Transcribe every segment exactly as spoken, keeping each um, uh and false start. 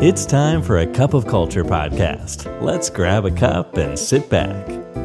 It's time for a cup of culture podcast. Let's grab a cup and sit back.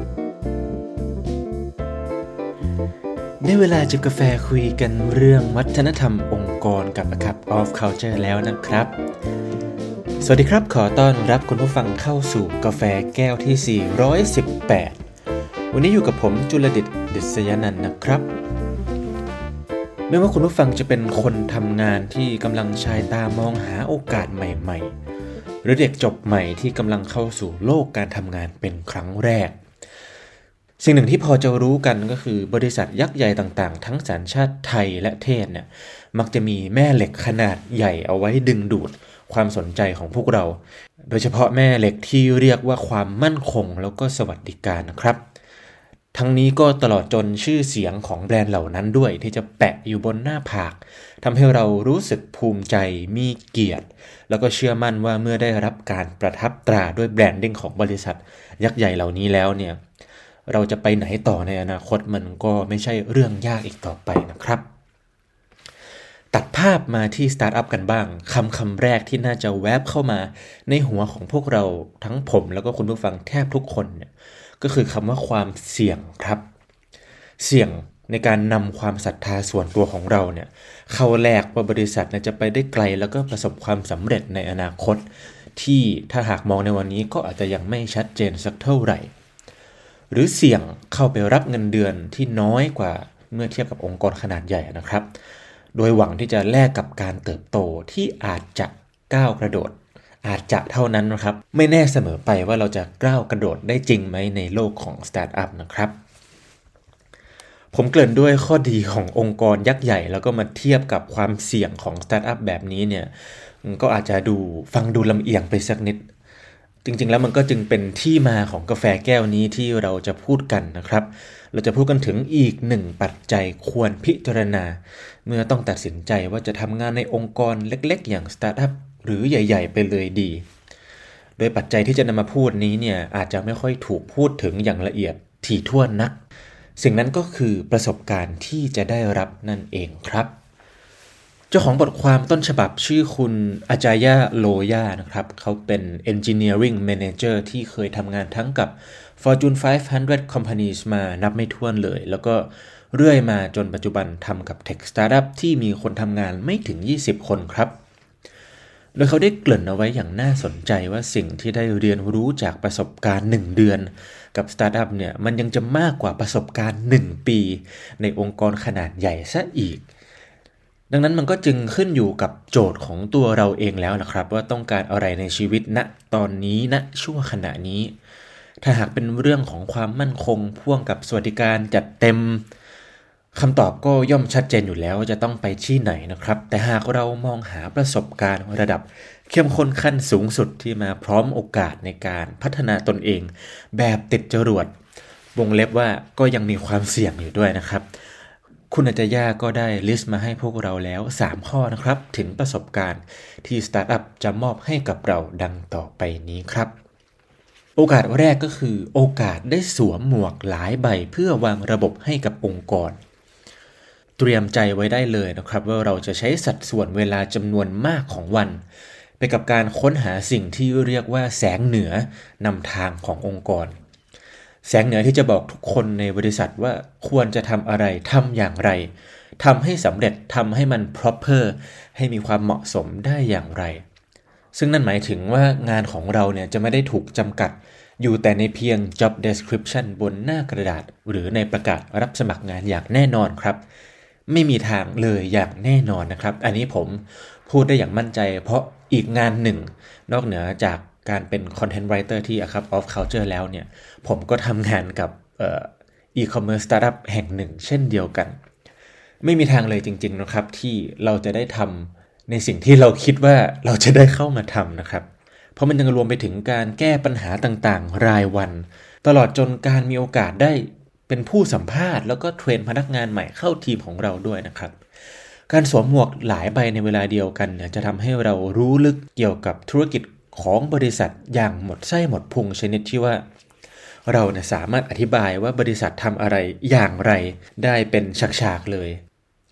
ได้เวลาจิบกาแฟคุยกันเรื่องวัฒนธรรมองค์กรกับ A Cup of Culture แล้วนะครับสวัสดีครับขอต้อนรับคุณผู้ฟังเข้าสู่กาแฟแก้วที่สี่ร้อยสิบแปดวันนี้อยู่กับผมจุลดิษฐ์ ดิษยนันท์นะครับไม่ว่าคุณผู้ฟังจะเป็นคนทำงานที่กำลังชายตามองหาโอกาสใหม่ๆหรือเด็กจบใหม่ที่กำลังเข้าสู่โลกการทำงานเป็นครั้งแรกสิ่งหนึ่งที่พอจะรู้กันก็คือบริษัทยักษ์ใหญ่ต่างๆทั้งสัญชาติไทยและเทศเนี่ยมักจะมีแม่เหล็กขนาดใหญ่เอาไว้ดึงดูดความสนใจของพวกเราโดยเฉพาะแม่เหล็กที่เรียกว่าความมั่นคงแล้วก็สวัสดิการนะครับทั้งนี้ก็ตลอดจนชื่อเสียงของแบรนด์เหล่านั้นด้วยที่จะแปะอยู่บนหน้าผากทำให้เรารู้สึกภูมิใจมีเกียรติแล้วก็เชื่อมั่นว่าเมื่อได้รับการประทับตราด้วยแบรนดิ้งของบริษัทยักษ์ใหญ่เหล่านี้แล้วเนี่ยเราจะไปไหนต่อในอนาคตมันก็ไม่ใช่เรื่องยากอีกต่อไปนะครับตัดภาพมาที่สตาร์ทอัพกันบ้างคำคำแรกที่น่าจะแวบเข้ามาในหัวของพวกเราทั้งผมแล้วก็คุณผู้ฟังแทบทุกคนเนี่ยก็คือคำว่าความเสี่ยงครับเสี่ยงในการนำความศรัทธาส่วนตัวของเราเนี่ยเข้าแลกว่าบริษัทเนี่ยจะไปได้ไกลแล้วก็ประสบความสำเร็จในอนาคตที่ถ้าหากมองในวันนี้ก็อาจจะยังไม่ชัดเจนสักเท่าไหร่หรือเสี่ยงเข้าไปรับเงินเดือนที่น้อยกว่าเมื่อเทียบกับองค์กรขนาดใหญ่นะครับโดยหวังที่จะแลกกับการเติบโตที่อาจจะก้าวกระโดดอาจจะเท่านั้นนะครับไม่แน่เสมอไปว่าเราจะก้าวกระโดดได้จริงไหมในโลกของสตาร์ทอัพนะครับผมเกริ่นด้วยข้อดีขององค์กรยักษ์ใหญ่แล้วก็มาเทียบกับความเสี่ยงของสตาร์ทอัพแบบนี้เนี่ยก็อาจจะดูฟังดูลำเอียงไปสักนิดจริงๆแล้วมันก็จึงเป็นที่มาของกาแฟแก้วนี้ที่เราจะพูดกันนะครับเราจะพูดกันถึงอีกหนึ่งปัจจัยควรพิจารณาเมื่อต้องตัดสินใจว่าจะทำงานในองค์กรเล็กๆอย่างสตาร์ทอัพหรือใหญ่ๆไปเลยดีโดยปัจจัยที่จะนำมาพูดนี้เนี่ยอาจจะไม่ค่อยถูกพูดถึงอย่างละเอียดถี่ถ้วนนักสิ่งนั้นก็คือประสบการณ์ที่จะได้รับนั่นเองครับเจ้าของบทความต้นฉบับชื่อคุณอาจายาโลยานะครับเขาเป็น Engineering Manager ที่เคยทำงานทั้งกับ Fortuneห้าร้อย Companies มานับไม่ถ้วนเลยแล้วก็เรื่อยมาจนปัจจุบันทำกับ Tech Startup ที่มีคนทำงานไม่ถึงยี่สิบคนครับโดยเขาได้เกริ่นเอาไว้อย่างน่าสนใจว่าสิ่งที่ได้เรียนรู้จากประสบการณ์หนึ่งเดือนกับสตาร์ทอัพเนี่ยมันยังจะมากกว่าประสบการณ์หนึ่งปีในองค์กรขนาดใหญ่ซะอีกดังนั้นมันก็จึงขึ้นอยู่กับโจทย์ของตัวเราเองแล้วนะครับว่าต้องการอะไรในชีวิตณตอนนี้ณช่วงขณะนี้ถ้าหากเป็นเรื่องของความมั่นคงพ่วงกับสวัสดิการจัดเต็มคำตอบก็ย่อมชัดเจนอยู่แล้วว่าจะต้องไปที่ไหนนะครับแต่หากเรามองหาประสบการณ์ระดับเข้มข้นขั้นสูงสุดที่มาพร้อมโอกาสในการพัฒนาตนเองแบบติดจรวดวงเล็บว่าก็ยังมีความเสี่ยงอยู่ด้วยนะครับคุณอาจารย์ก็ได้ลิสต์มาให้พวกเราแล้วสามข้อนะครับถึงประสบการณ์ที่สตาร์ทอัพจะมอบให้กับเราดังต่อไปนี้ครับโอกาสแรกก็คือโอกาสได้สวมหมวกหลายใบเพื่อวางระบบให้กับองค์กรเตรียมใจไว้ได้เลยนะครับว่าเราจะใช้สัดส่วนเวลาจำนวนมากของวันไปกับการค้นหาสิ่งที่เรียกว่าแสงเหนือนำทางขององค์กรแสงเหนือที่จะบอกทุกคนในบริษัทว่าควรจะทำอะไรทำอย่างไรทำให้สำเร็จทำให้มัน proper ให้มีความเหมาะสมได้อย่างไรซึ่งนั่นหมายถึงว่างานของเราเนี่ยจะไม่ได้ถูกจำกัดอยู่แต่ในเพียง job description บนหน้ากระดาษหรือในประกาศรับสมัครงานอย่างแน่นอนครับไม่มีทางเลยอย่างแน่นอนนะครับอันนี้ผมพูดได้อย่างมั่นใจเพราะอีกงานหนึ่งนอกเหนือจากการเป็น content writer ที่ A Cup of Culture แล้วเนี่ยผมก็ทำงานกับเอ่อ e-commerce startup แห่งหนึ่งเช่นเดียวกันไม่มีทางเลยจริงๆนะครับที่เราจะได้ทำในสิ่งที่เราคิดว่าเราจะได้เข้ามาทำนะครับเพราะมันยังรวมไปถึงการแก้ปัญหาต่างๆรายวันตลอดจนการมีโอกาสได้เป็นผู้สัมภาษณ์แล้วก็เทรนพนักงานใหม่เข้าทีมของเราด้วยนะครับการสวมหมวกหลายใบในเวลาเดียวกันเนี่ยจะทำให้เรารู้ลึกเกี่ยวกับธุรกิจของบริษัทอย่างหมดไส้หมดพุงชนิดที่ว่าเราเนี่ยสามารถอธิบายว่าบริษัททำอะไรอย่างไรได้เป็นฉากๆเลย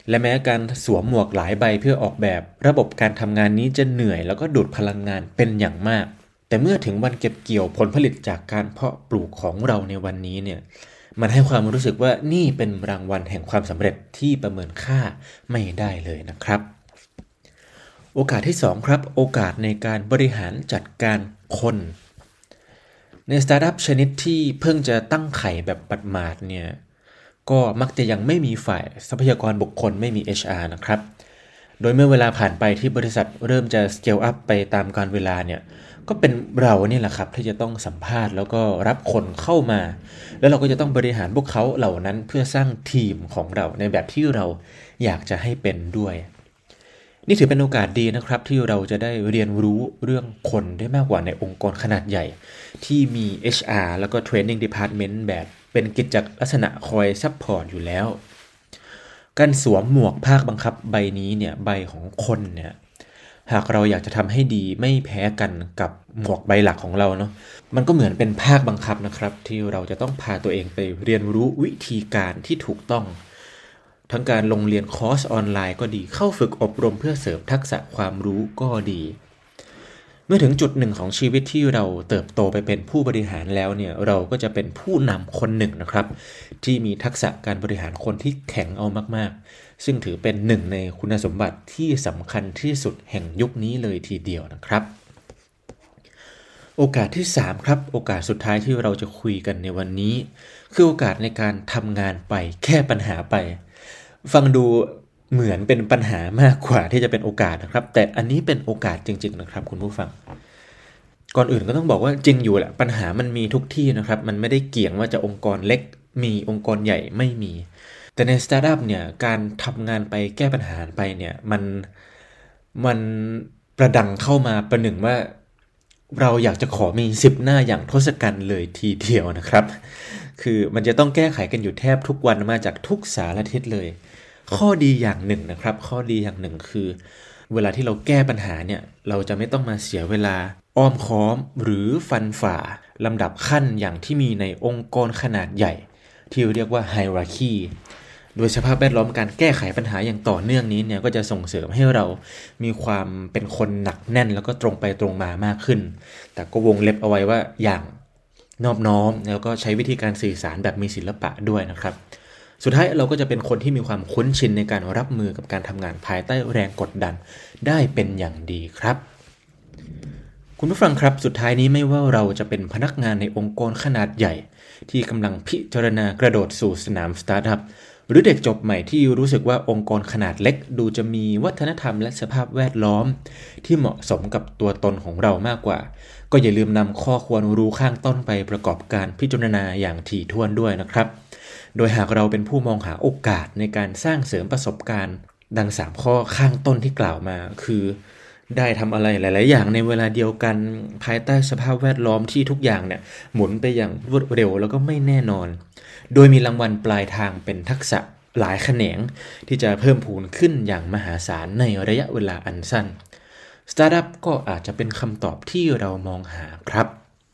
และแม้การสวมหมวกหลายใบเพื่อออกแบบระบบการทำงานนี้จะเหนื่อยแล้วก็ดูดพลังงานเป็นอย่างมากแต่เมื่อถึงวันเก็บเกี่ยวผลผลิตจากการเพาะปลูกของเราในวันนี้เนี่ยมันให้ความรู้สึกว่านี่เป็นรางวัลแห่งความสำเร็จที่ประเมินค่าไม่ได้เลยนะครับโอกาสที่สองครับโอกาสในการบริหารจัดการคนในสตาร์ทอัพชนิดที่เพิ่งจะตั้งไข่แบบปัดหมาดเนี่ยก็มักจะยังไม่มีฝ่ายทรัพยากรบุคคลไม่มี เอช อาร์ นะครับโดยเมื่อเวลาผ่านไปที่บริษัทเริ่มจะ scale up ไปตามกาลเวลาเนี่ยก็เป็นเรานี่แหละครับที่จะต้องสัมภาษณ์แล้วก็รับคนเข้ามาแล้วเราก็จะต้องบริหารพวกเขาเหล่านั้นเพื่อสร้างทีมของเราในแบบที่เราอยากจะให้เป็นด้วยนี่ถือเป็นโอกาสดีนะครับที่เราจะได้เรียนรู้เรื่องคนได้มากกว่าในองค์กรขนาดใหญ่ที่มี เอช อาร์ แล้วก็ Training Department แบบเป็นกิจลักษณะคอยซัพพอร์ตอยู่แล้วการสวมหมวกภาคบังคับใบนี้เนี่ยใบของคนเนี่ยหากเราอยากจะทำให้ดีไม่แพ้กันกับหมวกใบหลักของเราเนาะมันก็เหมือนเป็นภาคบังคับนะครับที่เราจะต้องพาตัวเองไปเรียนรู้วิธีการที่ถูกต้องทั้งการลงเรียนคอร์สออนไลน์ก็ดีเข้าฝึกอบรมเพื่อเสริมทักษะความรู้ก็ดีเมื่อถึงจุดหนึ่งของชีวิตที่เราเติบโตไปเป็นผู้บริหารแล้วเนี่ยเราก็จะเป็นผู้นำคนหนึ่งนะครับที่มีทักษะการบริหารคนที่แข็งเอามากๆซึ่งถือเป็นหนึ่งในคุณสมบัติที่สำคัญที่สุดแห่งยุคนี้เลยทีเดียวนะครับโอกาสที่สามครับโอกาสสุดท้ายที่เราจะคุยกันในวันนี้คือโอกาสในการทำงานไปแก้ปัญหาไปฟังดูเหมือนเป็นปัญหามากกว่าที่จะเป็นโอกาสนะครับแต่อันนี้เป็นโอกาสจริงๆนะครับคุณผู้ฟังก่อนอื่นก็ต้องบอกว่าจริงอยู่แหละปัญหามันมีทุกที่นะครับมันไม่ได้เกี่ยงว่าจะองค์กรเล็กมีองค์กรใหญ่ไม่มีแต่ในสตาร์ทอัพเนี่ยการทำงานไปแก้ปัญหาไปเนี่ยมันมันประดังเข้ามาประหนึ่งว่าเราอยากจะขอมีสิบหน้าอย่างทศกัณฐ์เลยทีเดียวนะครับคือมันจะต้องแก้ไขกันอยู่แทบทุกวันมาจากทุกสารทิศเลยข้อดีอย่างหนึ่งนะครับข้อดีอย่างหนึ่งคือเวลาที่เราแก้ปัญหาเนี่ยเราจะไม่ต้องมาเสียเวลาอ้อมค้อมหรือฟันฝ่าลำดับขั้นอย่างที่มีในองค์กรขนาดใหญ่ที่เรียกว่าไฮรักคีโดยสภาพแวดล้อมการแก้ไขปัญหาอย่างต่อเนื่องนี้เนี่ยก็จะส่งเสริมให้เรามีความเป็นคนหนักแน่นแล้วก็ตรงไปตรงมามากขึ้นแต่ก็วงเล็บเอาไว้ว่าอย่างนอบน้อมแล้วก็ใช้วิธีการสื่อสารแบบมีศิลปะด้วยนะครับสุดท้ายเราก็จะเป็นคนที่มีความคุ้นชินในการรับมือกับการทำงานภายใต้แรงกดดันได้เป็นอย่างดีครับคุณผู้ฟังครับสุดท้ายนี้ไม่ว่าเราจะเป็นพนักงานในองค์กรขนาดใหญ่ที่กำลังพิจารณากระโดดสู่สนามสตาร์ทอัพหรือเด็กจบใหม่ที่รู้สึกว่าองค์กรขนาดเล็กดูจะมีวัฒนธรรมและสภาพแวดล้อมที่เหมาะสมกับตัวตนของเรามากกว่าก็อย่าลืมนำข้อควรรู้ข้างต้นไปประกอบการพิจารณาอย่างถี่ถ้วนด้วยนะครับโดยหากเราเป็นผู้มองหาโอกาสในการสร้างเสริมประสบการณ์ดังสามข้อข้างต้นที่กล่าวมาคือได้ทำอะไรหลายๆอย่างในเวลาเดียวกันภายใต้สภาพแวดล้อมที่ทุกอย่างเนี่ยหมุนไปอย่างรวดเร็วแล้วก็ไม่แน่นอนโดยมีรางวัลปลายทางเป็นทักษะหลายแขนงที่จะเพิ่มพูนขึ้นอย่างมหาศาลในระยะเวลาอันสั้นสตาร์ทอัพก็อาจจะเป็นคำตอบที่เรามองหาครับ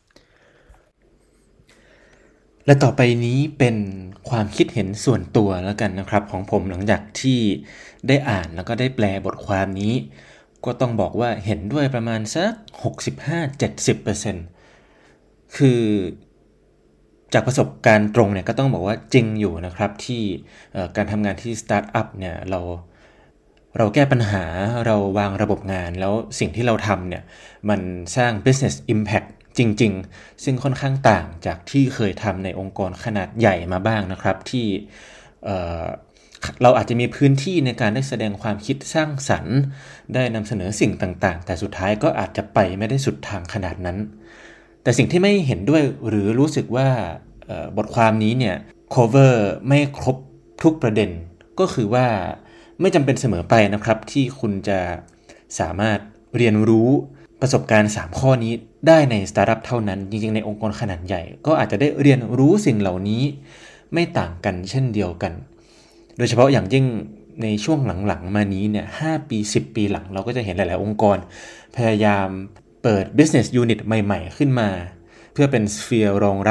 และต่อไปนี้เป็นความคิดเห็นส่วนตัวแล้วกันนะครับของผมหลังจากที่ได้อ่านแล้วก็ได้แปลบทความนี้ก็ต้องบอกว่าเห็นด้วยประมาณสัก หกสิบห้าถึงเจ็ดสิบเปอร์เซ็นต์ คือจากประสบการณ์ตรงเนี่ยก็ต้องบอกว่าจริงอยู่นะครับที่การทำงานที่สตาร์ทอัพเนี่ยเราเราแก้ปัญหาเราวางระบบงานแล้วสิ่งที่เราทำเนี่ยมันสร้าง business impact จริงๆซึ่งค่อนข้างต่างจากที่เคยทำในองค์กรขนาดใหญ่มาบ้างนะครับที่เอ่อเราอาจจะมีพื้นที่ในการได้แสดงความคิดสร้างสรรค์ได้นำเสนอสิ่งต่างๆแต่สุดท้ายก็อาจจะไปไม่ได้สุดทางขนาดนั้นแต่สิ่งที่ไม่เห็นด้วยหรือรู้สึกว่าบทความนี้เนี่ย cover ไม่ครบทุกประเด็นก็คือว่าไม่จำเป็นเสมอไปนะครับที่คุณจะสามารถเรียนรู้ประสบการณ์สามข้อนี้ได้ในสตาร์ทอัพเท่านั้นจริงๆในองค์กรขนาดใหญ่ก็อาจจะได้เรียนรู้สิ่งเหล่านี้ไม่ต่างกันเช่นเดียวกันโดยเฉพาะอย่างยิ่งในช่วงหลังๆมานี้เนี่ยห้าปีสิบปีหลังเราก็จะเห็นหลายๆองค์กรพยายามเปิด business unit ใหม่ๆขึ้นมาเพื่อเป็น sphere รองรับ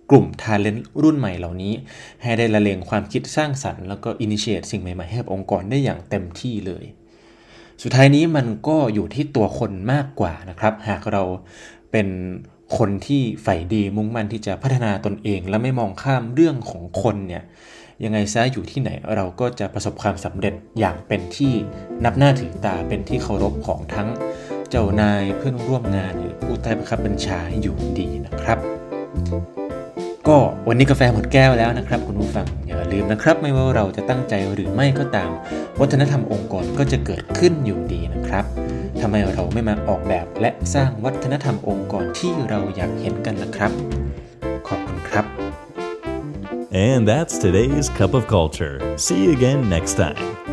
กลุ่ม talent รุ่นใหม่เหล่านี้ให้ได้ละเลงความคิดสร้างสรรค์แล้วก็ initiate สิ่งใหม่ๆให้กับองค์กรได้อย่างเต็มที่เลยสุดท้ายนี้มันก็อยู่ที่ตัวคนมากกว่านะครับหากเราเป็นคนที่ใฝ่ดีมุ่งมั่นที่จะพัฒนาตนเองและไม่มองข้ามเรื่องของคนเนี่ยยังไงซะอยู่ที่ไหนเราก็จะประสบความสำเร็จอย่างเป็นที่นับหน้าถือตาเป็นที่เคารพของทั้งเจ้านายเพื่อนร่วมงานหรือผู้ใต้บังคับบัญชาอยู่ดีนะครับก็วันนี้กาแฟหมดแก้วแล้วนะครับคุณผู้ฟังอย่าลืมนะครับไม่ว่าเราจะตั้งใจหรือไม่ก็ตามวัฒนธรรมองค์กรก็จะเกิดขึ้นอยู่ดีนะครับทำไมเราไม่มาออกแบบและสร้างวัฒนธรรมองค์กรที่เราอยากเห็นกันล่ะครับขอบคุณครับ And that's today's Cup of Culture. See you again next time.